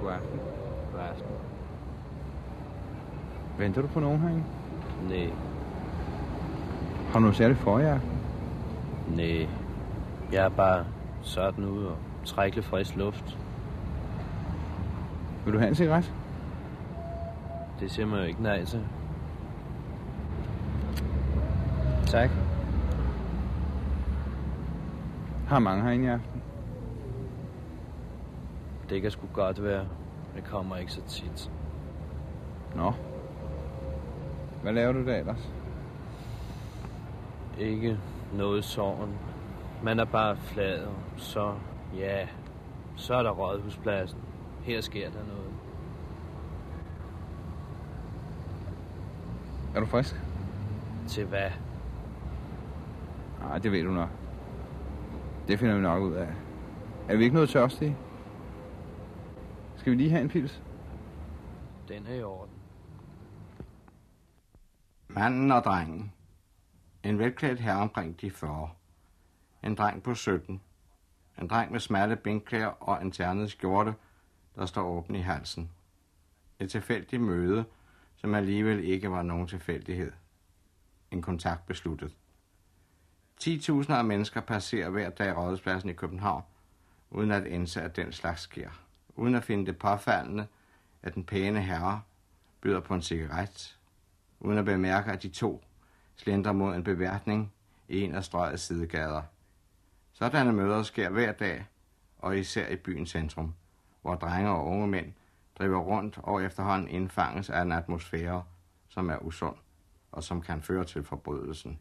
God aften. God aften. Venter du på nogen herinde? Nej. Har du noget særligt for i aften? Nej. Jeg er bare sådan ude og trække lidt frisk luft. Vil du have en cigaret? Det siger man jo ikke nej til. Tak. Har mange herinde i aften? Det kan sgu godt være. Det kommer ikke så tit. Nå. Hvad laver du der ellers? Ikke noget sådan. Man er bare flad, og så, ja, så er der Rådhuspladsen. Her sker der noget. Er du frisk? Til hvad? Nej, det ved du nok. Det finder vi nok ud af. Er vi ikke noget tørstige? Skal vi lige have en pils? Den er i orden. Manden og drengen. En velklædt herre omkring de 40. En dreng på 17. En dreng med smalle benklæder og en ternet skjorte, der står åben i halsen. Et tilfældigt møde, som alligevel ikke var nogen tilfældighed. En kontakt besluttet. 10.000 af mennesker passerer hver dag Rådhuspladsen i København, uden at indse, at den slags sker. Uden at finde det påfaldende, at den pæne herre byder på en cigaret, uden at bemærke, at de to slendrer mod en beværtning i en af strøgets sidegader. Sådanne møder sker hver dag, og især i byens centrum, hvor drenge og unge mænd driver rundt og efterhånden indfanges af en atmosfære, som er usund og som kan føre til forbrydelsen.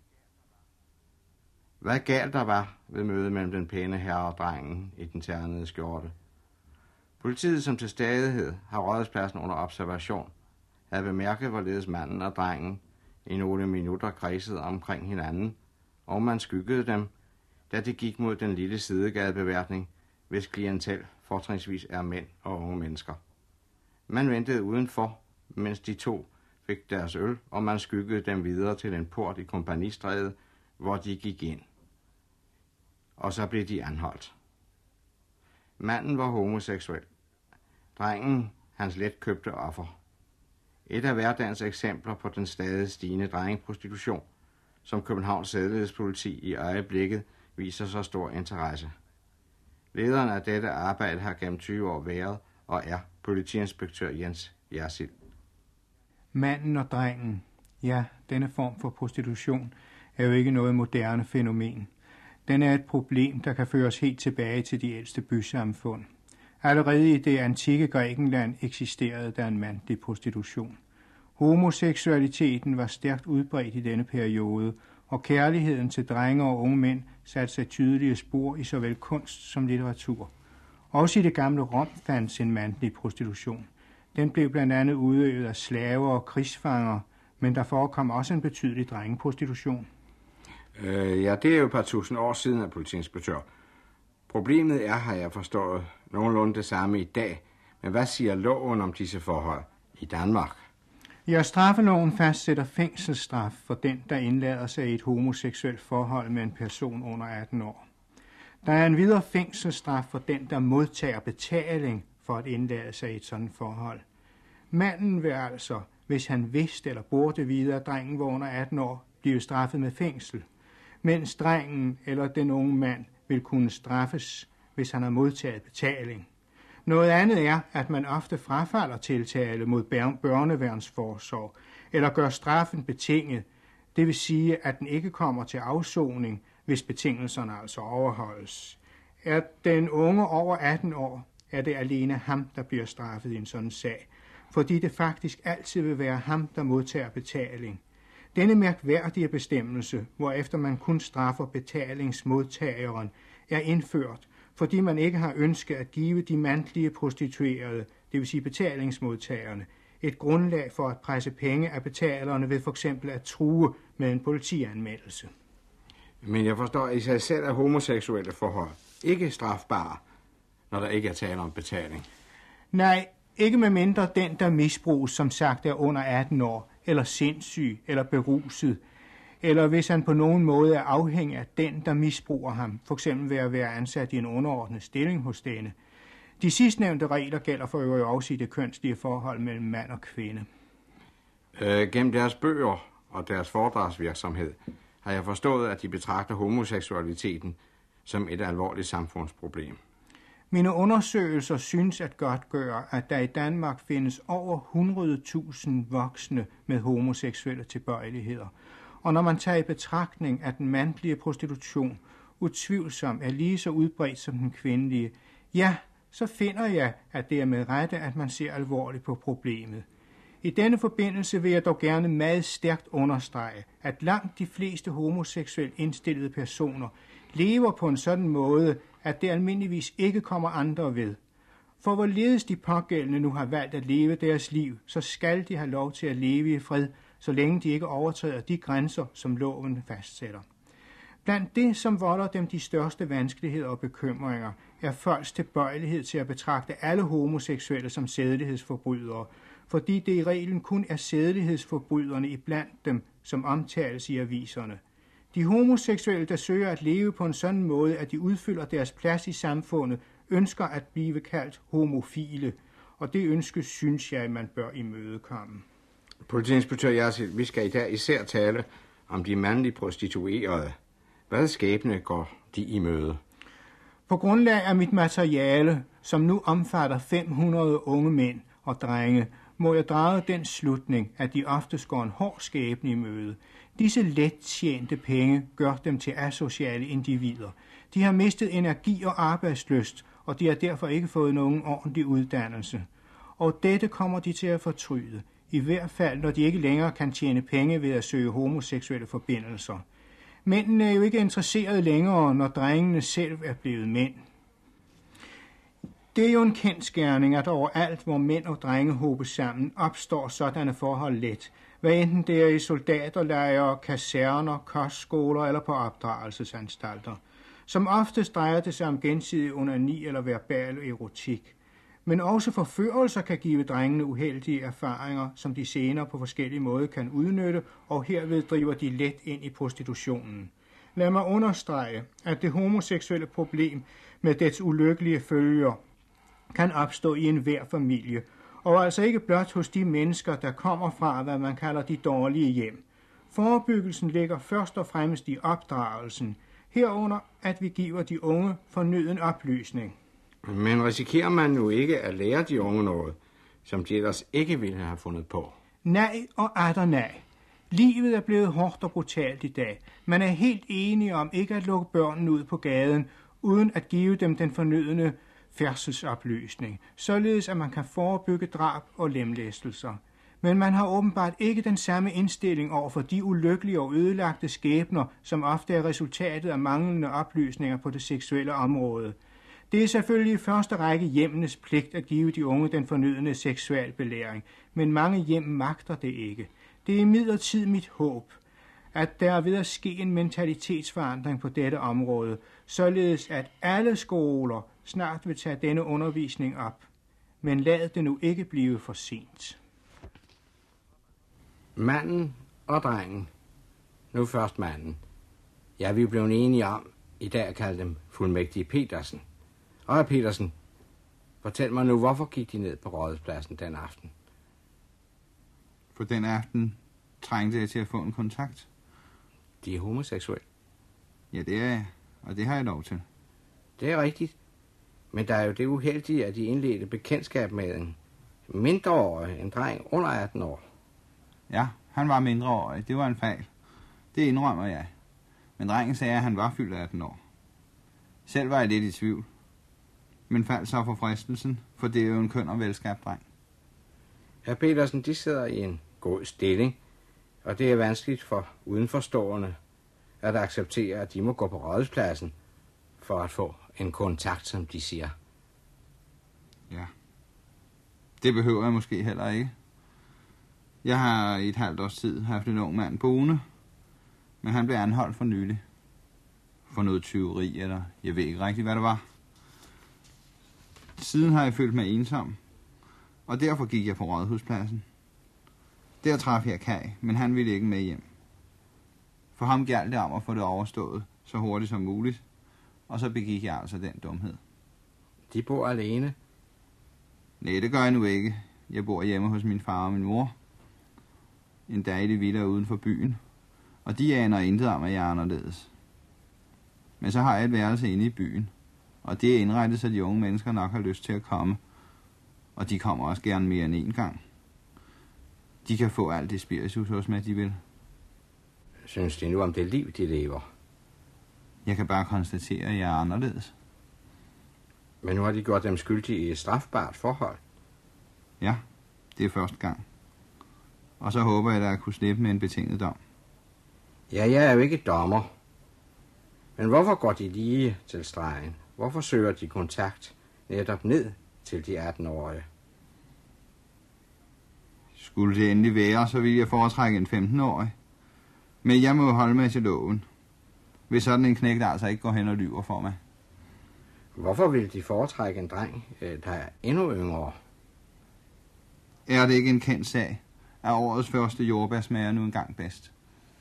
Hvad galt der var ved mødet mellem den pæne herre og drengen i den ternede skjorte? Politiet, som til stadighed har Rådhuspladsen under observation, havde bemærket, hvorledes manden og drengen i nogle minutter kredsede omkring hinanden, og man skyggede dem, da de gik mod den lille sidegadebeværtning, hvis klientel fortrinsvis er mænd og unge mennesker. Man ventede udenfor, mens de to fik deres øl, og man skyggede dem videre til en port i Kompanistræde, hvor de gik ind. Og så blev de anholdt. Manden var homoseksuel. Drengen, hans letkøbte offer. Et af hverdagens eksempler på den stadig stigende drengeprostitution, som Københavns Sædelighedspoliti i øjeblikket viser så stor interesse. Lederen af dette arbejde har gennem 20 år været og er politiinspektør Jens Jersild. Manden og drengen. Ja, denne form for prostitution er jo ikke noget moderne fænomen. Den er et problem, der kan føres helt tilbage til de ældste bysamfund. Allerede i det antikke Grækenland eksisterede der en mandlig prostitution. Homoseksualiteten var stærkt udbredt i denne periode, og kærligheden til drenge og unge mænd satte sig tydelige spor i såvel kunst som litteratur. Også i det gamle Rom fandtes en mandlig prostitution. Den blev blandt andet udøvet af slaver og krigsfanger, men der forekom også en betydelig drengeprostitution. Ja, det er jo et par tusind år siden af politiinspektør. Problemet er, har jeg forstået, nogenlunde det samme i dag. Men hvad siger loven om disse forhold i Danmark? Ja, straffeloven fastsætter fængselsstraf for den, der indlader sig i et homoseksuelt forhold med en person under 18 år. Der er endvidere fængselsstraf for den, der modtager betaling for at indlade sig i et sådan forhold. Manden vil altså, hvis han vidste eller burde vide, at drengen var under 18 år, blive straffet med fængsel, mens drengen eller den unge mand vil kunne straffes, hvis han har modtaget betaling. Noget andet er, at man ofte frafalder tiltale mod børneværnsforsorg, eller gør straffen betinget, det vil sige, at den ikke kommer til afsoning, hvis betingelserne altså overholdes. Er den unge over 18 år, er det alene ham, der bliver straffet i en sådan sag, fordi det faktisk altid vil være ham, der modtager betaling. Denne mærkværdige bestemmelse, hvorefter man kun straffer betalingsmodtageren, er indført, fordi man ikke har ønsket at give de mandlige prostituerede, det vil sige betalingsmodtagerne, et grundlag for at presse penge af betalerne ved for eksempel at true med en politianmeldelse. Men jeg forstår, at i sig selv er homoseksuelle forhold ikke strafbare, når der ikke er tale om betaling. Nej, ikke med mindre den, der misbruges, som sagt er under 18 år, eller sindssyg, eller beruset, eller hvis han på nogen måde er afhængig af den, der misbruger ham, for eksempel ved at være ansat i en underordnet stilling hos denne. De sidstnævnte regler gælder for øvrigt også i det kønslige forhold mellem mand og kvinde. Gennem deres bøger og deres foredragsvirksomhed har jeg forstået, at de betragter homoseksualiteten som et alvorligt samfundsproblem. Mine undersøgelser synes at godtgøre, at der i Danmark findes over 100.000 voksne med homoseksuelle tilbøjeligheder. Og når man tager i betragtning, at den mandlige prostitution utvivlsomt er lige så udbredt som den kvindelige, ja, så finder jeg, at det er med rette, at man ser alvorligt på problemet. I denne forbindelse vil jeg dog gerne meget stærkt understrege, at langt de fleste homoseksuelt indstillede personer lever på en sådan måde, at det almindeligvis ikke kommer andre ved. For hvorledes de pågældende nu har valgt at leve deres liv, så skal de have lov til at leve i fred, så længe de ikke overtræder de grænser, som loven fastsætter. Blandt det, som volder dem de største vanskeligheder og bekymringer, er folks tilbøjelighed til at betragte alle homoseksuelle som sædelighedsforbrydere, fordi det i reglen kun er sædelighedsforbryderne iblandt dem, som omtales i aviserne. De homoseksuelle, der søger at leve på en sådan måde, at de udfylder deres plads i samfundet, ønsker at blive kaldt homofile, og det ønske synes jeg, man bør imødekomme. Politiinspektør Jersild, vi skal i dag især tale om de mandlige prostituerede. Hvad skæbne går de i møde? På grundlag af mit materiale, som nu omfatter 500 unge mænd og drenge, må jeg drage den slutning, at de oftest går en hård skæbne i møde. Disse let tjente penge gør dem til asociale individer. De har mistet energi og arbejdslyst, og de har derfor ikke fået nogen ordentlig uddannelse. Og dette kommer de til at fortryde, i hvert fald når de ikke længere kan tjene penge ved at søge homoseksuelle forbindelser. Mændene er jo ikke interesserede længere, når drengene selv er blevet mænd. Det er jo en kendsgerning, at overalt, hvor mænd og drenge hobes sammen, opstår sådanne forhold let. Hvad enten det er i soldaterlejre, kaserner, kostskoler eller på opdragelsesanstalter. Som oftest drejer det sig om gensidig onani eller verbal erotik. Men også forførelser kan give drengene uheldige erfaringer, som de senere på forskellige måder kan udnytte, og herved driver de let ind i prostitutionen. Lad mig understrege, at det homoseksuelle problem med dets ulykkelige følger kan opstå i enhver familie, og altså ikke blot hos de mennesker, der kommer fra, hvad man kalder de dårlige hjem. Forebyggelsen ligger først og fremmest i opdragelsen, herunder at vi giver de unge fornøden oplysning. Men risikerer man jo ikke at lære de unge noget, som de ellers ikke ville have fundet på? Nej og atter nej. Livet er blevet hårdt og brutalt i dag. Man er helt enige om ikke at lukke børnene ud på gaden, uden at give dem den fornødne færdselsoplysning, således at man kan forebygge drab og lemlæstelser. Men man har åbenbart ikke den samme indstilling over for de ulykkelige og ødelagte skæbner, som ofte er resultatet af manglende oplysninger på det seksuelle område. Det er selvfølgelig i første række hjemmenes pligt at give de unge den fornødne seksualbelæring, men mange hjem magter det ikke. Det er imidlertid mit håb, at der er ved at ske en mentalitetsforandring på dette område, således at alle skoler snart vil tage denne undervisning op. Men lad det nu ikke blive for sent. Manden og drengen. Nu først manden. Ja, vi er blevet enige om i dag at kalde dem fuldmægtige Petersen. Og Petersen, fortæl mig nu, hvorfor gik de ned på Rådhuspladsen den aften? For den aften trængte jeg til at få en kontakt. De er homoseksuelle. Ja, det er jeg, og det har jeg lov til. Det er rigtigt. Men der er jo det uheldige, at de indledte bekendtskab med en mindreårig, en dreng under 18 år. Ja, han var mindreårig. Det var en fejl. Det indrømmer jeg. Men drengen sagde, at han var fyldt 18 år. Selv var jeg lidt i tvivl. Men faldt så for fristelsen, for det er jo en køn og velskabt dreng. Herr Petersen, de sidder i en god stilling, og det er vanskeligt for udenforstående at acceptere, at de må gå på Rådhuspladsen for at få en kontakt, som de siger. Ja, det behøver jeg måske heller ikke. Jeg har i et halvt års tid haft en ung mand boende, men han blev anholdt for nylig. For noget tyveri, eller jeg ved ikke rigtigt, hvad det var. Siden har jeg følt mig ensom, og derfor gik jeg på Rådhuspladsen. Der traf jeg Kaj, men han ville ikke med hjem. For ham gjaldt det om at få det overstået så hurtigt som muligt, og så begik jeg altså den dumhed. De bor alene? Nej, det gør jeg nu ikke. Jeg bor hjemme hos min far og min mor. En dag i det villa uden for byen. Og de aner intet om, at jeg er anderledes. Men så har jeg et værelse inde i byen. Og det er indrettet, så de unge mennesker nok har lyst til at komme. Og de kommer også gerne mere end en gang. De kan få alt det spiritus hos mig, de vil. Synes de nu om det liv, de lever? Jeg kan bare konstatere, at jeg er anderledes. Men nu har de gjort dem skyldige i et strafbart forhold. Ja, det er første gang. Og så håber jeg, at jeg kunne slippe med en betinget dom. Ja, jeg er jo ikke dommer. Men hvorfor går de lige til stregen? Hvorfor søger de kontakt netop ned til de 18-årige? Skulle det endelig være, så ville jeg foretrække en 15-årig. Men jeg må holde mig til loven. Hvis sådan en knægt altså ikke går hen og lyver for mig. Hvorfor vil de foretrække en dreng, der er endnu yngre? Er det ikke en kendt sag, at årets første jordbær smager nu engang bedst?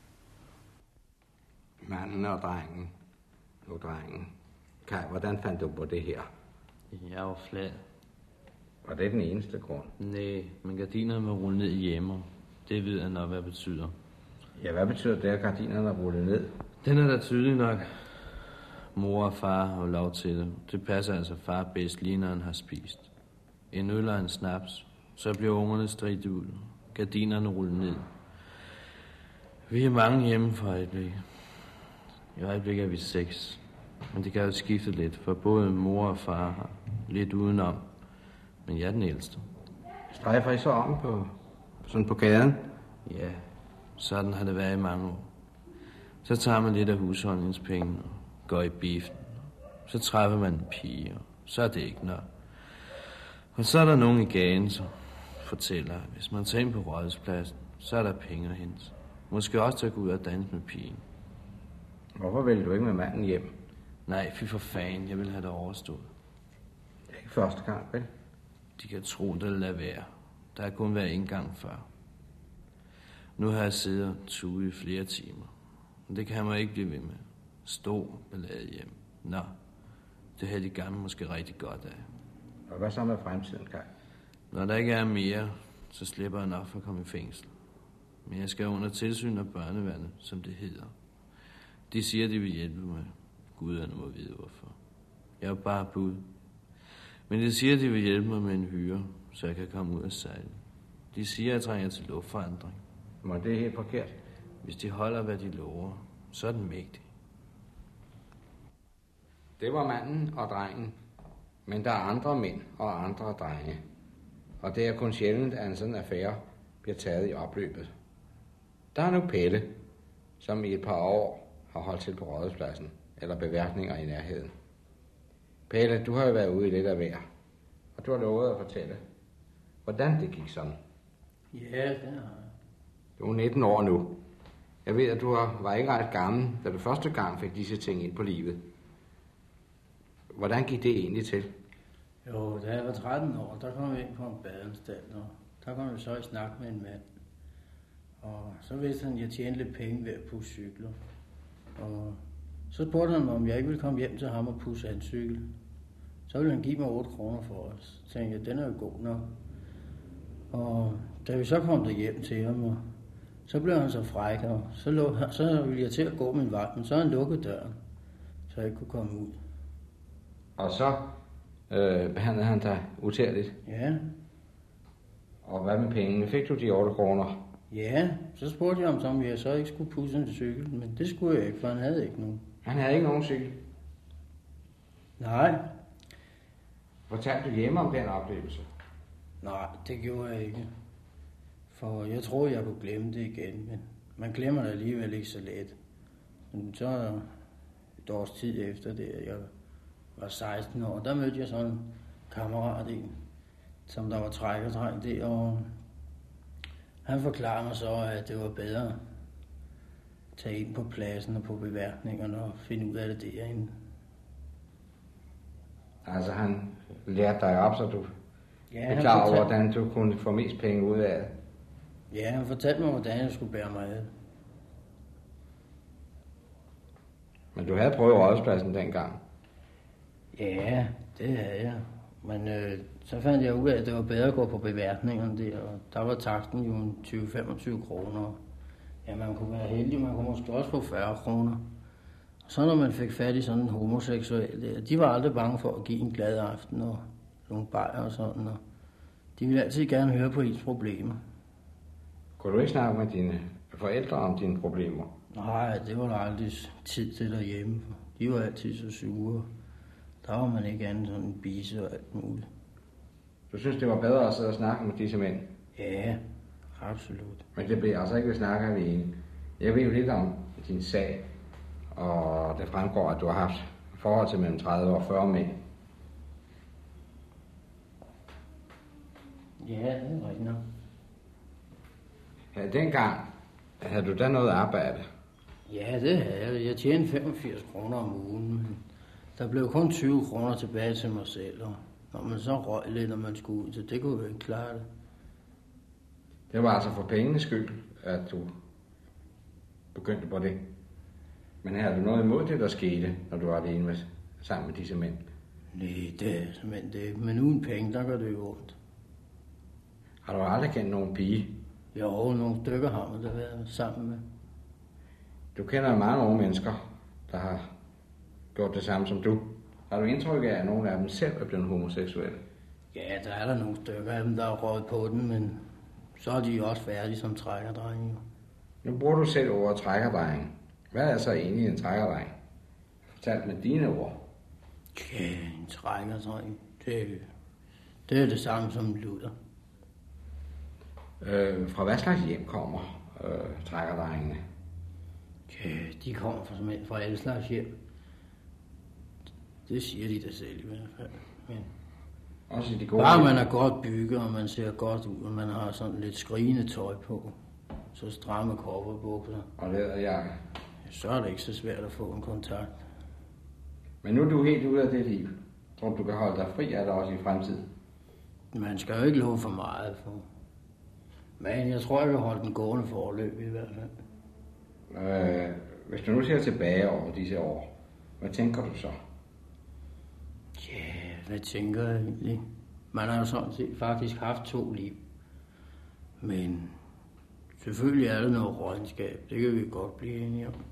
Manden og drengen. Nu drengen. Kai, hvordan fandt du på det her? Jeg var flad. Var det den eneste grund? Nej, men gardinerne var rullet ned hjemme. Det ved jeg nok, hvad det betyder. Ja, hvad betyder det, at gardinerne er rullet ned? Den er da tydelig nok. Mor og far har lov til det. Det passer altså far bedst, lige når han har spist. En øl og en snaps. Så bliver ungerne stridt ud. Gardinerne rullet ned. Vi er mange hjemme for øjeblik. I øjeblik er vi 6. Men det kan jo skifte lidt, for både mor og far har lidt udenom. Men jeg er den ældste. Strejfer I så om sådan på gaden? Ja, sådan har det været i mange år. Så tager man lidt af husholdningspenge og går i biffen. Så træffer man en pige, og så er det ikke nok. Og så er der nogen i gaden, som fortæller, at hvis man tager ind på Rådhuspladsen, så er der penge at hente. Måske også til at gå ud og danse med pigen. Hvorfor vil du ikke med manden hjem? Nej, fy for fanden, jeg vil have det overstået. Det er ikke første gang, vel? De kan tro, det lader være. Der har kun været en gang før. Nu har jeg siddet og tudet i flere timer. Men det kan man ikke blive ved med. Stor ballade hjem. Nå, det havde de gamle måske rigtig godt af. Og hvad så med fremtiden, Kai? Når der ikke er mere, så slipper jeg nok for at komme i fængsel. Men jeg skal under tilsyn af børneværnet, som det hedder. De siger, de vil hjælpe mig. Guderne må vide, hvorfor. Jeg er bare bud. Men de siger, de vil hjælpe mig med en hyre, så jeg kan komme ud og sejle. De siger, jeg trænger til luftforandring. Men det er helt forkert. Hvis de holder, hvad de lover, så er den mægtig. Det var manden og drengen. Men der er andre mænd og andre drenge. Og det er kun sjældent, at en sådan affære bliver taget i opløbet. Der er nu Pelle, som i et par år har holdt til på Rådhuspladsen, eller beværtninger i nærheden. Pelle, du har jo været ude i lidt af vejr, og du har lovet at fortælle, hvordan det gik sådan. Ja, det har jeg. Du er 19 år nu. Jeg ved, at du var ikke ret gammel, da du første gang fik disse ting ind på livet. Hvordan gik det egentlig til? Jo, da jeg var 13 år, der kom jeg ind på en badeanstalt, og der kom jeg så i snak med en mand. Og så vidste han, at jeg tjente lidt penge ved at pusse cykler. Og så spurgte han mig, om jeg ikke ville komme hjem til ham og pusse hans cykel. Så ville han give mig 8 kroner for os. Så tænkte jeg, den er jo god nok. Og da vi så kom der hjem til ham, og så blev han så fræk, og så ville jeg til at gå min vej, men så han lukket døren, så jeg ikke kunne komme ud. Og så behandlede han dig utærligt. Ja. Og hvad med pengene? Fik du de 8 kroner? Ja, så spurgte jeg ham, om jeg så ikke skulle pusse en cykel, men det skulle jeg ikke, for han havde ikke nogen. Han havde ikke nogen cykel. Nej. Fortalte du hjemme om den oplevelse? Nej, det gjorde jeg ikke. For jeg troede, jeg kunne glemme det igen, men man glemmer det alligevel ikke så let. Men så et års tid efter det, jeg var 16 år, der mødte jeg sådan en kammerat, som der var trækkerdreng der, og han forklarede mig så, at det var bedre at tage ind på pladsen og på beværtningerne og finde ud af det derinde. Altså han lærte dig op, så du Ja, klar over, hvordan du kunne få mest penge ud af det? Ja, han fortalte mig, hvordan jeg skulle bære mig ad. Men du havde prøvet Rådhuspladsen dengang? Ja, det havde jeg. Men så fandt jeg ud af, at det var bedre at gå på beværtningerne der, og der var taksten jo 20-25 kroner. Ja, man kunne være heldig, man kunne måske også få 40 kroner. Så når man fik fat i sådan en homoseksuel der, de var aldrig bange for at give en glad aften og nogle bajer og sådan, og de ville altid gerne høre på ens problemer. Kunne du ikke snakke med dine forældre om dine problemer? Nej, det var der aldrig tid til derhjemme. De var altid så sure. Der var man ikke andet sådan en bise og alt muligt. Du synes, det var bedre at sidde og snakke med disse mænd? Ja, absolut. Men det bliver altså ikke ved snakke alene. Jeg ved jo lidt om din sag, og det fremgår, at du har haft forhold til mellem 30 og 40 mænd. Ja, det er rigtigt nok. Ja, dengang havde du da noget arbejde? Ja, det havde jeg. Jeg tjente 85 kroner om ugen, men der blev kun 20 kroner tilbage til mig selv, og når man så røg lidt, når man skulle ud, så det kunne jo ikke klare det. Det var altså for pengenes skyld, at du begyndte på det. Men havde du noget imod det, der skete, når du var alene sammen med disse mænd? Nej, det er simpelthen det. Men uden penge, der gør det jo ondt. Har du aldrig kendt nogen pige? Jo, nogle stykker har man da været sammen med. Du kender mange unge mennesker, der har gjort det samme som du. Har du indtryk af, at nogle af dem selv er blevet homoseksuelle? Ja, der er der nogle stykker af dem, der har røget på den, men så er de jo også færdige som trækkerdrenge. Nu bruger du selv ordet trækkerdreng. Hvad er så egentlig en trækkerdreng? Fortalt med dine ord. Ja, en trækkerdreng, det er det samme som luder. Fra hvad slags hjem kommer trækkerdrengene? Ja, de kommer fra alle slags hjem. Det siger de da selv i hvert fald. Men også i de gode bare hjem. man er godt bygget, og man ser godt ud, og man har sådan lidt skrigende tøj på, så stramme kopperbukser, Og læderjakke. så er det ikke så svært at få en kontakt. Men nu er du helt ude af det liv. Tror du kan holde dig fri af det også i fremtiden? Man skal jo ikke love for meget for. Men jeg tror, jeg kan holde den gående forløb i hvert fald. Hvis du nu ser tilbage over disse år, hvad tænker du så? Ja, hvad tænker jeg egentlig? Man har jo sådan set faktisk haft 2 liv. Men selvfølgelig er det noget rådenskab. Det kan vi godt blive enige om.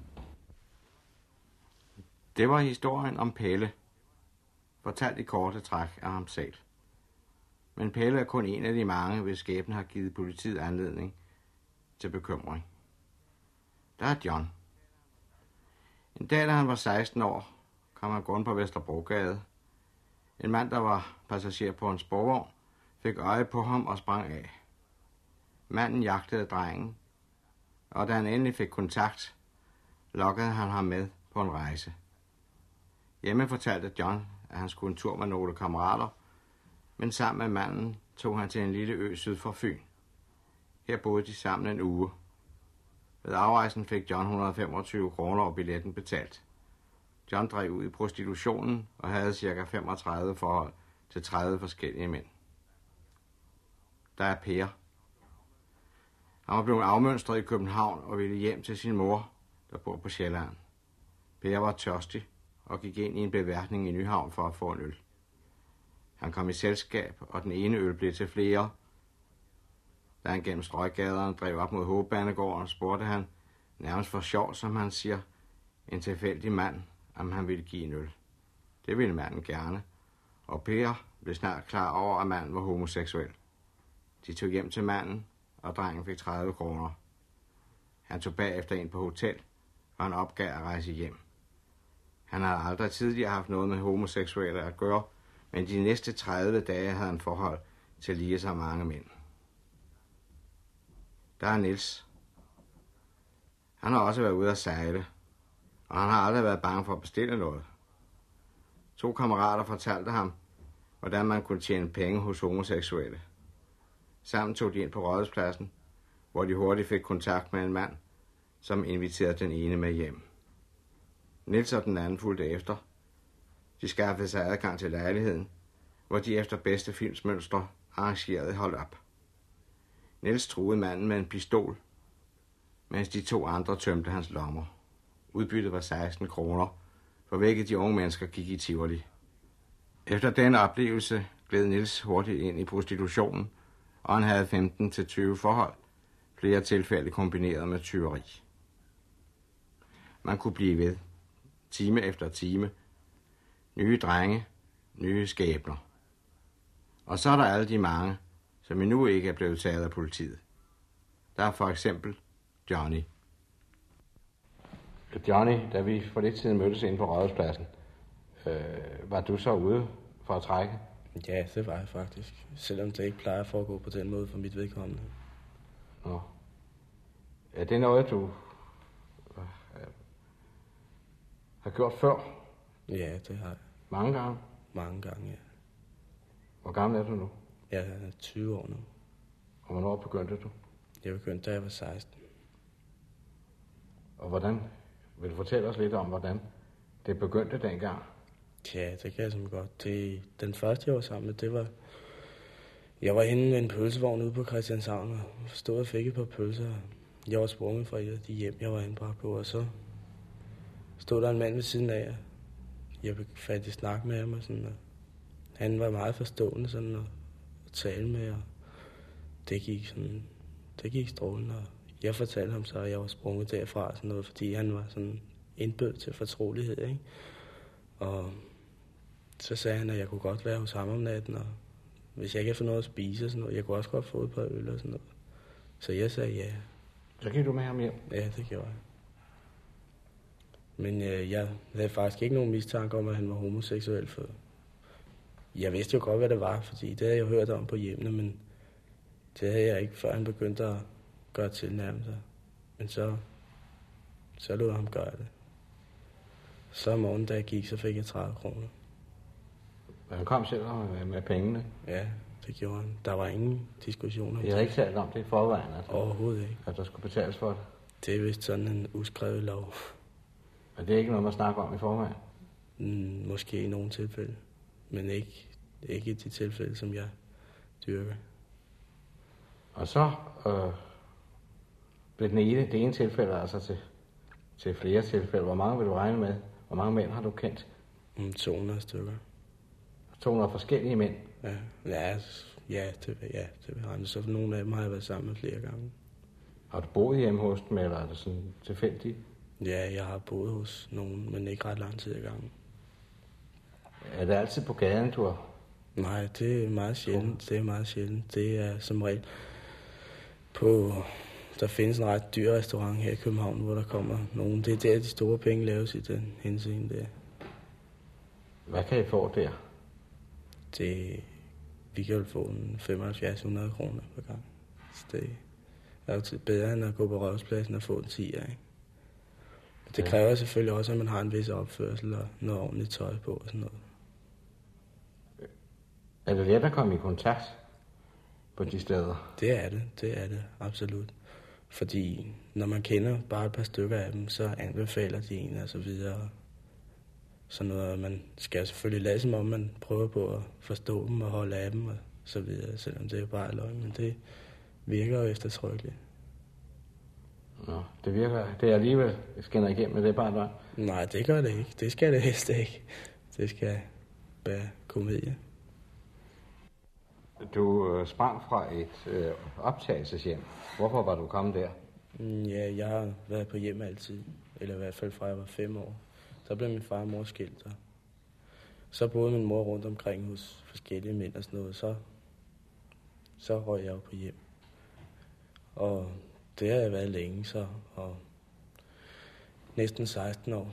Det var historien om Pelle, fortalt i korte træk af ham selv. Men Pelle er kun en af de mange, hvis skæbnen har givet politiet anledning til bekymring. Der er John. En dag, da han var 16 år, kom han gående på Vesterbrogade. En mand, der var passager på en sporvogn, fik øje på ham og sprang af. Manden jagtede drengen, og da han endelig fik kontakt, lokkede han ham med på en rejse. Hjemme fortalte John, at han skulle en tur med nogle kammerater, men sammen med manden tog han til en lille ø syd for Fyn. Her boede de sammen en uge. Ved afrejsen fik John 125 kroner og billetten betalt. John drev ud i prostitutionen og havde ca. 35 forhold til 30 forskellige mænd. Der er Per. Han var blevet afmønstret i København og ville hjem til sin mor, der bor på Sjælland. Per var tørstig og gik ind i en beværtning i Nyhavn for at få en øl. Han kom i selskab, og den ene øl blev til flere. Da han gennem strøggaderne drev op mod Hovedbanegården, spurgte han, nærmest for sjov, som han siger, en tilfældig mand, om han ville give en øl. Det ville manden gerne, og Per blev snart klar over, at manden var homoseksuel. De tog hjem til manden, og drengen fik 30 kroner. Han tog bagefter ind på hotel, og han opgav at rejse hjem. Han havde aldrig tidligere haft noget med homoseksuelle at gøre, men de næste 30 dage havde han forhold til lige så mange mænd. Der er Niels. Han har også været ude at sejle, og han har aldrig været bange for at bestille noget. 2 kammerater fortalte ham, hvordan man kunne tjene penge hos homoseksuelle. Sammen tog de ind på Rådhuspladsen, hvor de hurtigt fik kontakt med en mand, som inviterede den ene med hjem. Niels og den anden fulgte efter. De skaffede sig adgang til lejligheden, hvor de efter bedste filmsmønstre arrangerede hold op. Niels truede manden med en pistol, mens de 2 andre tømte hans lommer. Udbyttet var 16 kroner, for hvilket de unge mennesker gik i Tivoli. Efter den oplevelse gled Niels hurtigt ind i prostitutionen, og han havde 15-20 forhold, flere tilfælde kombineret med tyveri. Man kunne blive ved, time efter time, nye drenge, nye skæbner. Og så er der alle de mange, som endnu ikke er blevet taget af politiet. Der er for eksempel Johnny. Johnny, da vi for lidt siden mødtes inde på Rådhuspladsen, var du så ude for at trække? Ja, det var jeg faktisk. Selvom det ikke plejer at foregå på den måde for mit vedkommende. Nå. Er det noget, du har gjort før? Ja, det har jeg. Mange gange? Mange gange, ja. Hvor gammel er du nu? Jeg er 20 år nu. Og hvornår begyndte du? Jeg begyndte, da jeg var 16. Og hvordan? Vil du fortælle os lidt om, hvordan det begyndte dengang? Ja, det kan jeg simpelthen godt. Den første, jeg var sammen med, det var... Jeg var henne med en pølsevogn ude på Christianshavn, og stod og fik et par pølser. Jeg var sprunget fra et af de hjem, jeg var indbragt på, og så stod der en mand ved siden af, og jeg fandt i snak med ham, og sådan, og han var meget forstående sådan, at tale med, og det gik strålende, og jeg fortalte ham så, at jeg var sprunget derfra, sådan noget, fordi han var sådan indbød til fortrolighed, ikke? Og så sagde han, at jeg kunne godt være hos ham om natten, og hvis jeg ikke havde fået noget at spise og sådan noget, jeg kunne også godt få et par øl og sådan noget. Så jeg sagde ja. Så gik du med ham hjem? Ja, det gjorde jeg. Men jeg havde faktisk ikke nogen mistanke om, at han var homoseksuel, for jeg vidste jo godt, hvad det var, fordi det havde jeg hørt om på hjemmene, men det havde jeg ikke, før han begyndte at gøre tilnærmelser. Men så lod jeg ham gøre det. Så om morgenen, da jeg gik, så fik jeg 30 kroner. Han kom selv med pengene? Ja, det gjorde han. Der var ingen diskussioner. Jeg har ikke talt om det i forvejen, altså. Overhovedet ikke. At der skulle betales for det? Det er vist sådan en uskrevet lov. Og det er ikke noget, man snakker om i forvejen? Måske i nogle tilfælde. Men ikke i de tilfælde, som jeg dyrker. Og så blev det ene tilfælde altså til flere tilfælde. Hvor mange vil du regne med? Hvor mange mænd har du kendt? 200 stykker. 200 forskellige mænd? Ja, det vil jeg regne. Så nogle af dem har jeg været sammen med flere gange. Har du boet hjemme hos dem, eller er det sådan tilfældigt? Ja, jeg har boet hos nogen, men ikke ret lang tid ad gangen. Er det altid på gaden, du har? Nej, det er meget sjældent. Det er som regel der findes en ret dyr restaurant her i København, hvor der kommer nogen. Det er der, de store penge laves i den henseende der. Hvad kan I få der? Vi kan jo få en 75-100 kroner per gang. Så det er jo bedre end at gå på Rådhuspladsen og få en 10'er, ikke? Det kræver selvfølgelig også, at man har en vis opførsel og noget ordentligt tøj på og sådan noget. Er det let at komme i kontakt på de steder? Det er det, absolut. Fordi når man kender bare et par stykker af dem, så anbefaler de en og så videre. Så noget, man skal selvfølgelig lade som om, man prøver på at forstå dem og holde af dem og så videre, selvom det er bare løgn, men det virker jo eftertrykkeligt. Nå, det virker. Det er alligevel skinner igennem, men det er bare løgn. Nej, det gør det ikke. Det skal det helst ikke. Det skal være komedie. Du sprang fra et optagelseshjem. Hvorfor var du kommet der? Ja, jeg har været på hjem altid. Eller i hvert fald fra jeg var 5 år. Så blev min far og mor skilt. Så boede min mor rundt omkring hos forskellige mænd og sådan noget. Så røg jeg jo på hjem. Og det har jeg været længe så. Og næsten 16 år.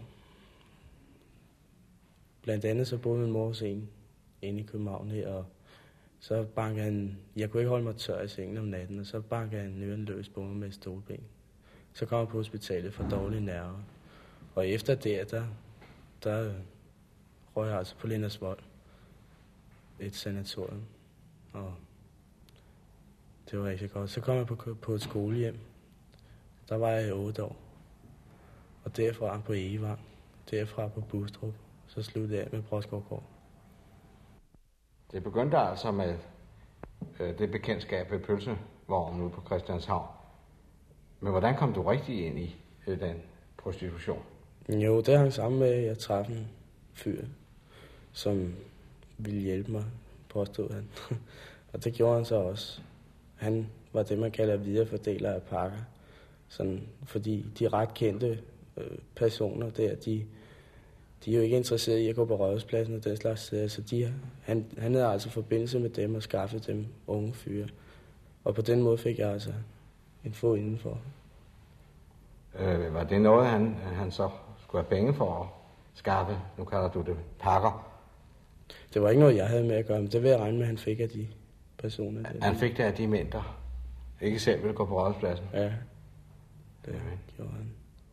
Blandt andet så boede min mor hos en inde i København her. Og så bankede han... Jeg kunne ikke holde mig tør i sengen om natten. Og så bankede han nøren løs på mig med et stolben. Så kom jeg på hospitalet for dårlige nerver. Og efter det, der røg jeg altså på Lindersvold. Et sanatorium. Og det var rigtig godt. Så kom jeg på et skolehjem. Der var jeg i 8 år. Og derfra på Egevang. Derfra på Bustrup. Så sluttede jeg med Broskovgård. Det begyndte altså med det bekendtskab ved pølsevognen ude på Christianshavn. Men hvordan kom du rigtig ind i den prostitution? Jo, det hang sammen med, at jeg traf en fyr, som ville hjælpe mig på påstod han. Og det gjorde han så også. Han var det, man kalder viderefordeler af pakker. Sådan, fordi de ret kendte personer der, de er jo ikke interesserede i at gå på Rådhuspladsen og den slags steder. Så han havde altså forbindelse med dem og skaffet dem unge fyre. Og på den måde fik jeg altså en fod indenfor. Var det noget, han så skulle have penge for at skaffe? Nu kalder du det pakker. Det var ikke noget, jeg havde med at gøre, men det vil jeg regne med, at han fik af de personer. Han fik det af de mænd, der ikke selv ville gå på Rådhuspladsen? Ja, det gjorde han.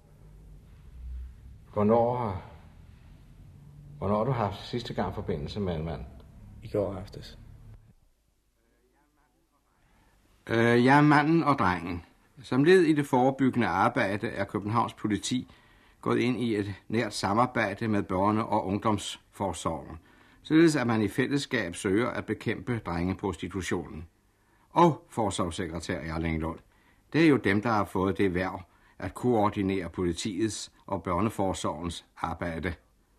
Hvornår har du haft sidste gang forbindelse med en mand? I går aftes. Jeg er manden og drengen. Som led i det forebyggende arbejde er Københavns politi gået ind i et nært samarbejde med børne- og ungdomsforsorgen, således at man i fællesskab søger at bekæmpe drengeprostitutionen. Og forsorgssekretær Erling Lund, det er jo dem, der har fået det værv at koordinere politiets og børneforsorgens arbejde.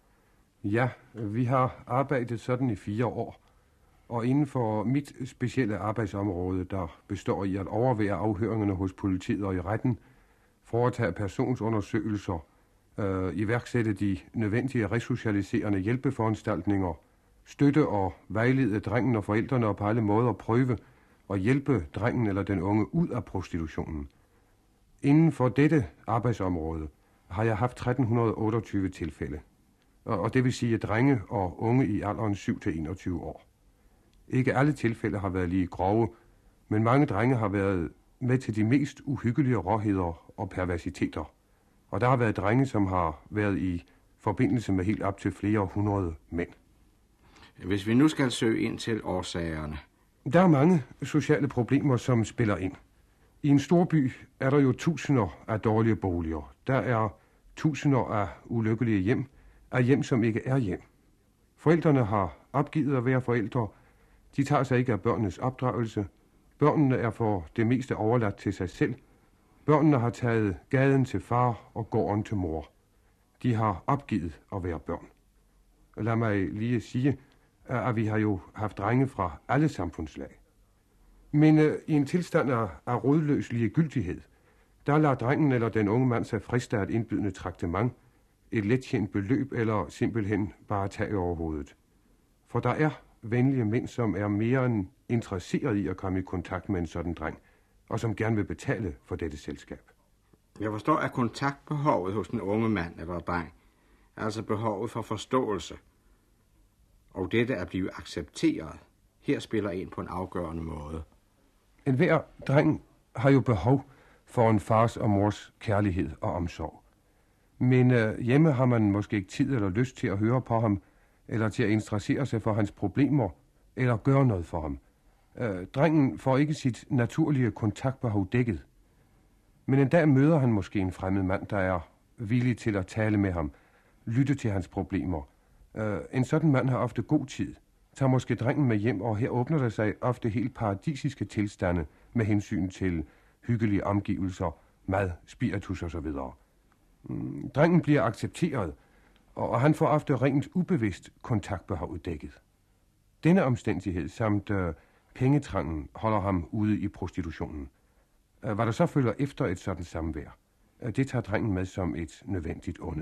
Ja, vi har arbejdet sådan i 4 år. Og inden for mit specielle arbejdsområde, der består i at overvære afhøringerne hos politiet og i retten, foretage personsundersøgelser, iværksætte de nødvendige resocialiserende hjælpeforanstaltninger, støtte og vejlede drengen og forældrene og på alle måder prøve at hjælpe drengen eller den unge ud af prostitutionen. Inden for dette arbejdsområde har jeg haft 1328 tilfælde, og det vil sige drenge og unge i alderen 7-21 år. Ikke alle tilfælde har været lige grove, men mange drenge har været med til de mest uhyggelige råheder og perversiteter. Og der har været drenge, som har været i forbindelse med helt op til flere 100 mænd. Hvis vi nu skal søge ind til årsagerne. Der er mange sociale problemer, som spiller ind. I en storby er der jo tusinder af dårlige boliger. Der er tusinder af ulykkelige hjem, af hjem, som ikke er hjem. Forældrene har opgivet at være forældre. De tager sig ikke af børnenes opdragelse. Børnene er for det meste overladt til sig selv. Børnene har taget gaden til far og gården til mor. De har opgivet at være børn. Lad mig lige sige, at vi har jo haft drenge fra alle samfundslag. Men i en tilstand af rådløs ligegyldighed, der lader drengen eller den unge mand sig friste af et indbydende traktement, et letjent beløb eller simpelthen bare tage over hovedet. For der er venlige mænd, som er mere end interesseret i at komme i kontakt med en sådan dreng, og som gerne vil betale for dette selskab. Jeg forstår, at kontaktbehovet hos den unge mand eller dreng, altså behovet for forståelse, og dette at blive accepteret, her spiller ind på en afgørende måde. Enhver dreng har jo behov for en fars og mors kærlighed og omsorg. Men hjemme har man måske ikke tid eller lyst til at høre på ham, eller til at interessere sig for hans problemer, eller gøre noget for ham. Drengen får ikke sit naturlige kontaktbehov dækket. Men en dag møder han måske en fremmed mand, der er villig til at tale med ham, lytte til hans problemer. En sådan mand har ofte god tid, tager måske drengen med hjem, og her åbner der sig ofte helt paradisiske tilstande med hensyn til hyggelige omgivelser, mad, spiritus osv. Drengen bliver accepteret, og han får ofte rent ubevidst kontaktbehov dækket. Denne omstændighed samt pengetrangen holder ham ude i prostitutionen. Hvad der så følger efter et sådan samvær, det tager drengen med som et nødvendigt onde.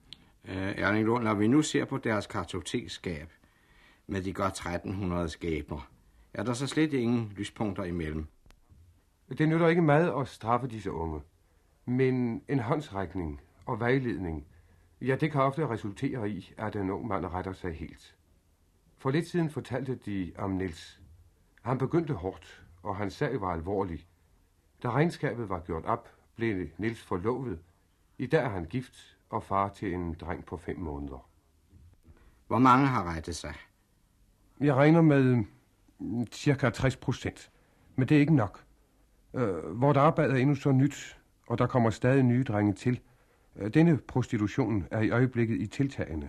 Erling Lund, når vi nu ser på deres kartotekskab med de godt 1300 skæbner, er der så slet ingen lyspunkter imellem? Det nytter ikke meget at straffe disse unge, men en håndsrækning og vejledning, ja, det kan ofte resultere i, at en ung mand retter sig helt. For lidt siden fortalte de om Niels. Han begyndte hårdt, og hans sag var alvorlig. Da regnskabet var gjort op, blev Niels forlovet. I dag er han gift og far til en dreng på 5 måneder. Hvor mange har rettet sig? Jeg regner med cirka 60%, men det er ikke nok. Vort arbejde er endnu så nyt, og der kommer stadig nye drenge til. Denne prostitution er i øjeblikket i tiltagende.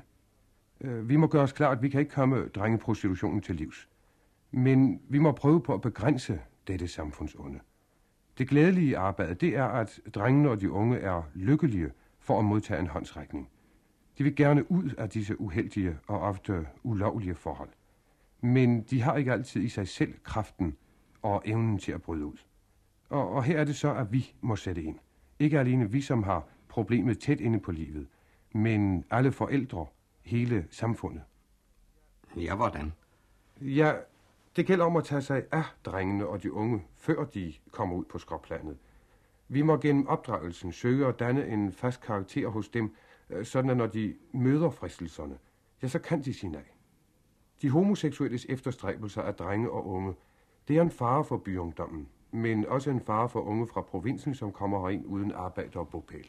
Vi må gøre os klart, at vi kan ikke komme drengeprostitutionen til livs. Men vi må prøve på at begrænse dette samfundsonde. Det glædelige arbejde, det er, at drengene og de unge er lykkelige for at modtage en håndsrækning. De vil gerne ud af disse uheldige og ofte ulovlige forhold. men de har ikke altid i sig selv kraften og evnen til at bryde ud. Og her er det så, at vi må sætte ind. Ikke alene vi, som har problemet tæt inde på livet, men alle forældre, hele samfundet. Ja, hvordan? Ja, det gælder om at tage sig af drengene og de unge, før de kommer ud på skråplanet. Vi må gennem opdragelsen søge at danne en fast karakter hos dem, sådan at når de møder fristelserne, ja, så kan de sige nej. De homoseksuelles efterstræbelser af drenge og unge, det er en fare for byungdommen, men også en fare for unge fra provinsen, som kommer herind uden arbejde og bopæl.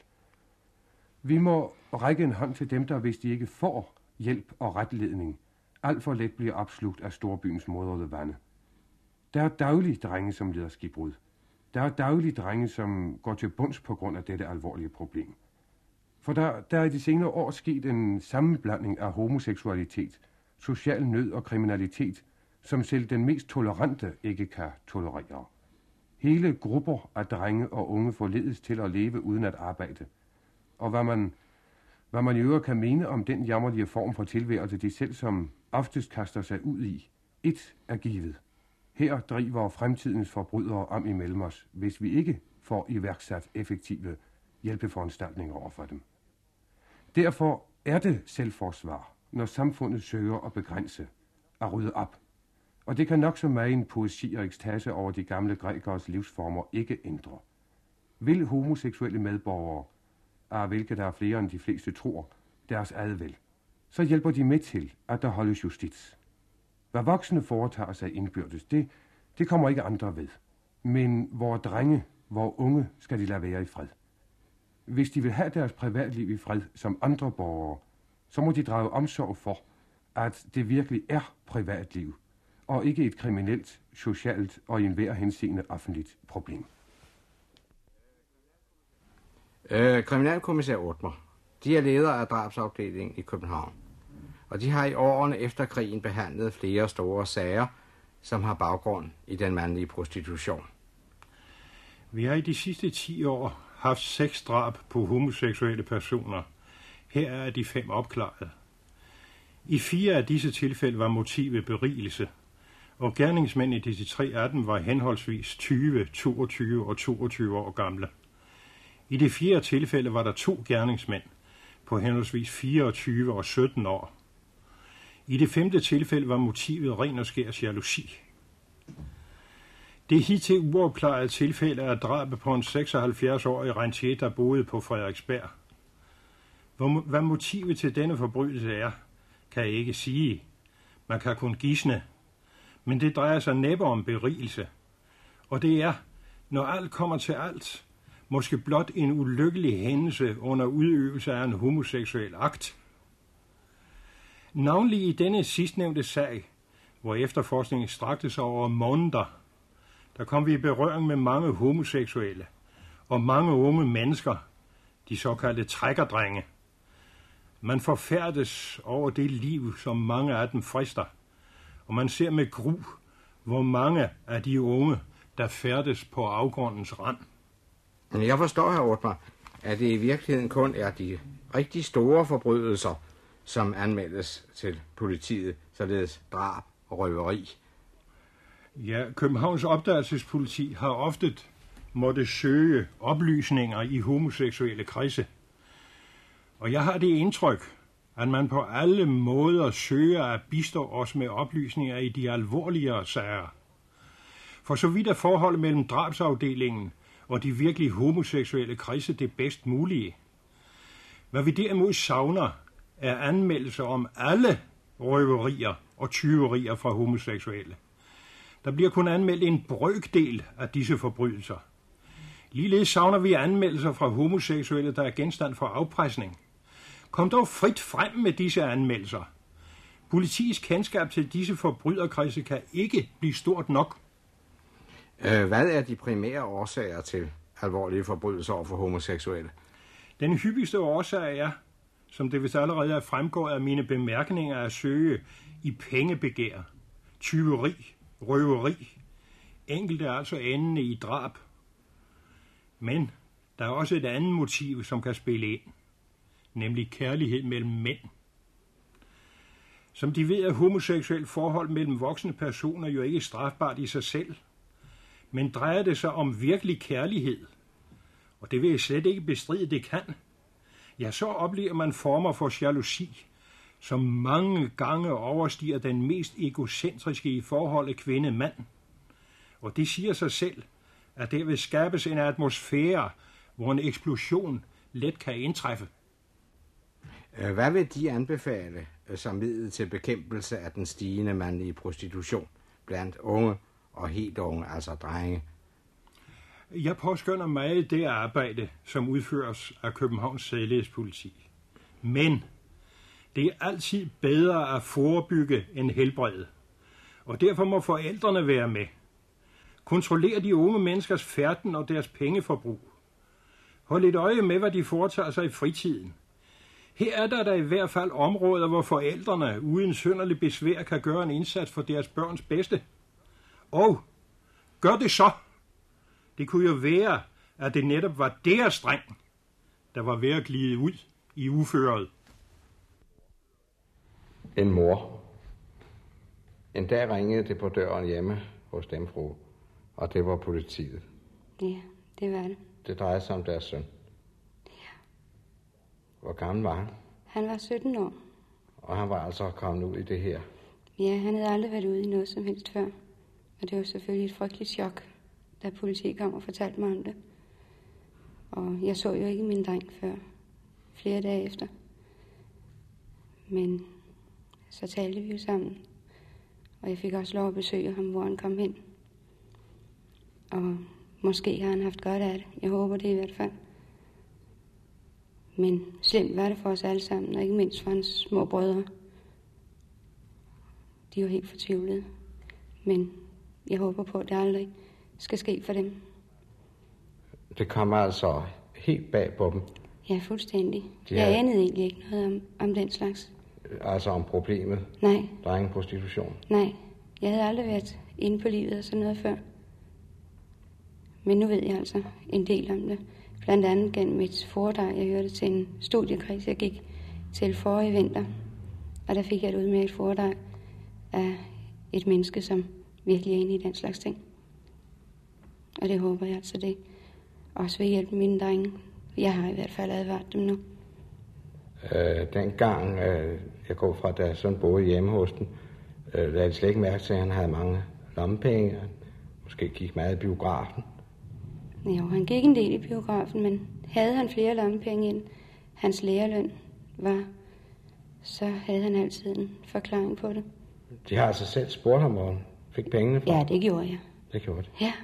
Vi må række en hånd til dem, der, hvis de ikke får hjælp og retledning, alt for let bliver opslugt af storbyens modrede vande. Der er daglige drenge, som lider skibbrud. Der er daglige drenge, som går til bunds på grund af dette alvorlige problem. For der er i de senere år sket en sammenblanding af homoseksualitet, social nød og kriminalitet, som selv den mest tolerante ikke kan tolerere. Hele grupper af drenge og unge forledes til at leve uden at arbejde. Og hvad man i øvrigt kan mene om den jammerlige form for tilværelse, de selv som oftest kaster sig ud i, et er givet. Her driver fremtidens forbrydere om imellem os, hvis vi ikke får iværksat effektive hjælpeforanstaltninger over for dem. Derfor er det selvforsvar, når samfundet søger at begrænse, at rydde op. Og det kan nok så meget en poesi og ekstase over de gamle grækeres livsformer ikke ændre. Vil homoseksuelle medborgere, af hvilke der er flere end de fleste tror, deres advel, så hjælper de med til, at der holdes justits. Hvad voksne foretager sig indbyrdes, det kommer ikke andre ved. Men hvor drenge, hvor unge, skal de lade være i fred. Hvis de vil have deres privatliv i fred som andre borgere, så må de drage omsorg for, at det virkelig er privatliv, og ikke et kriminelt, socialt og i enhver henseende offentligt problem. Kriminalkommissær Ottmer, de er ledere af drabsafdelingen i København, og de har i årene efter krigen behandlet flere store sager, som har baggrund i den mandlige prostitution. Vi har i de sidste 10 år haft 6 drab på homoseksuelle personer. Her er de 5 opklaret. I 4 af disse tilfælde var motivet berigelse, og gerningsmænd i disse 3 af dem var henholdsvis 20, 22 og 22 år gamle. I det 4. tilfælde var der 2 gerningsmænd på henholdsvis 24 og 17 år. I det 5. tilfælde var motivet ren og skær jalousi. Det hidtil uopklarede tilfælde er drabet på en 76-årig rentier, der boede på Frederiksberg. Hvad motivet til denne forbrydelse er, kan jeg ikke sige. Man kan kun gisne. Men det drejer sig næppe om berigelse. Og det er, når alt kommer til alt, måske blot en ulykkelig hændelse under udøvelse af en homoseksuel akt. Navnlig i denne sidstnævnte sag, hvor efterforskningen strakte sig over måneder, der kom vi i berøring med mange homoseksuelle og mange unge mennesker, de såkaldte trækkerdrenge. Man forfærdes over det liv, som mange af dem frister, og man ser med gru, hvor mange af de unge, der færdes på afgrundens rand. Men jeg forstår, hr. Ottmer, at det i virkeligheden kun er de rigtig store forbrydelser, som anmeldes til politiet, således drab og røveri. Ja, Københavns opdagelsespoliti har ofte måtte søge oplysninger i homoseksuelle kredse. Og jeg har det indtryk, at man på alle måder søger at bistå os med oplysninger i de alvorligere sager. For så vidt er forholdet mellem drabsafdelingen og de virkelig homoseksuelle kredse det bedst mulige. Hvad vi derimod savner, er anmeldelser om alle røverier og tyverier fra homoseksuelle. Der bliver kun anmeldt en brøkdel af disse forbrydelser. Ligeledes savner vi anmeldelser fra homoseksuelle, der er genstand for afpresning. Kom dog frit frem med disse anmeldelser. Politiets kendskab til disse forbryderkredse kan ikke blive stort nok. Hvad er de primære årsager til alvorlige forbrydelser over for homoseksuelle? Den hyppigste årsag er, som det vist allerede er fremgået af mine bemærkninger, at søge i pengebegær, tyveri, røveri. Enkelte er altså endende i drab. Men der er også et andet motiv, som kan spille ind, nemlig kærlighed mellem mænd. Som de ved, er homoseksuelt forhold mellem voksne personer jo ikke strafbart i sig selv. Men drejer det sig om virkelig kærlighed, og det vil jeg slet ikke bestride, det kan, ja, så oplever man former for jalousi, som mange gange overstiger den mest egocentriske i forholdet kvinde-mand. Og det siger sig selv, at der vil skabes en atmosfære, hvor en eksplosion let kan indtræffe. Hvad vil de anbefale som middel til bekæmpelse af den stigende mandlige prostitution blandt unge og helt unge, altså drenge? Jeg påskønner meget det arbejde, som udføres af Københavns sædelighedspoliti. Men det er altid bedre at forebygge end helbrede, og derfor må forældrene være med. Kontroller de unge menneskers færden og deres pengeforbrug. Hold et øje med, hvad de foretager sig i fritiden. Her er der i hvert fald områder, hvor forældrene uden synderlig besvær kan gøre en indsats for deres børns bedste. Og gør det så. Det kunne jo være, at det netop var deres dreng, der var ved at glide ud i uføret. En mor. En dag ringede det på døren hjemme hos dem, fru, og det var politiet. Ja, det var det. Det drejede sig om deres søn. Ja. Hvor gammel var han? Han var 17 år. Og han var altså kommet ud i det her? Ja, han havde aldrig været ude i noget som helst før. Og det var selvfølgelig et frygteligt chok, da politiet kom og fortalte mig om det. Og jeg så jo ikke min dreng før flere dage efter. Men så talte vi jo sammen. Og jeg fik også lov at besøge ham, hvor han kom hen. Og måske har han haft godt af det. Jeg håber det i hvert fald. Men slemt var det for os alle sammen, og ikke mindst for hans små brødre. De var helt fortvivlede. Men jeg håber på, at det aldrig skal ske for dem. Det kommer altså helt bag på dem? Ja, fuldstændig. Jeg anede egentlig ikke noget om den slags. Altså om problemet? Nej. Drengeprostitution? Nej, jeg havde aldrig været inde på livet og sådan noget før. Men nu ved jeg altså en del om det. Blandt andet gennem et foredrag, jeg hørte til en studiekreds, jeg gik til forrige vinter. Og der fik jeg et udmærket foredrag af et menneske, som virkelig er inde i den slags ting. Og det håber jeg altså, det også vil hjælpe mine drenge. Jeg har i hvert fald advaret dem nu. Dengang jeg går fra, da søn boede hjemme hos den, lagde jeg slet ikke mærke til, at han havde mange lommepenge. Måske gik meget i biografen. Jo, han gik en del i biografen, men havde han flere lommepenge end hans lærerløn var, så havde han altid en forklaring på det. De har altså selv spurgt ham, hvor han fik pengene fra? Ja, det gjorde jeg. Det gjorde det? Ja.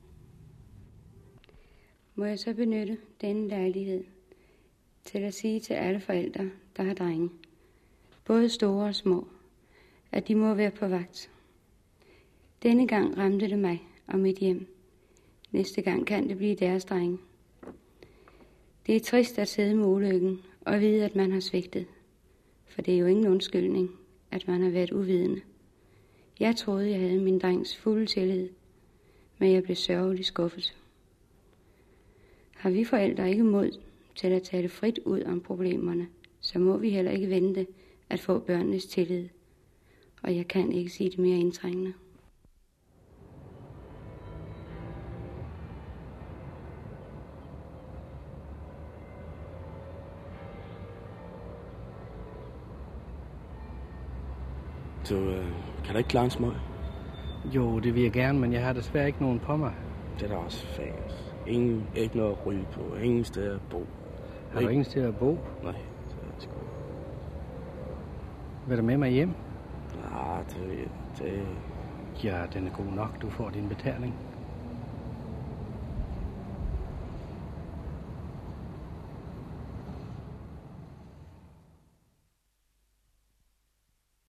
Må jeg så benytte denne lejlighed til at sige til alle forældre, der har drenge, både store og små, at de må være på vagt. Denne gang ramte det mig og mit hjem. Næste gang kan det blive deres drenge. Det er trist at sidde med ulykken og vide, at man har svigtet. For det er jo ingen undskyldning, at man har været uvidende. Jeg troede, jeg havde min drengs fulde tillid, men jeg blev sørgeligt skuffet. Har vi forældre ikke mod til at tale frit ud om problemerne, så må vi heller ikke vente at få børnenes tillid. Og jeg kan ikke sige det mere indtrængende. Du kan da ikke klare en smøg? Jo, det vil jeg gerne, men jeg har desværre ikke nogen på mig. Det er da også fans. Ikke noget at ryge på. Ingen sted at bo. Har du ingen sted at bo? Nej, det er sgu. Vil du med mig hjem? Nej, det... Ja, den er god nok. Du får din betaling.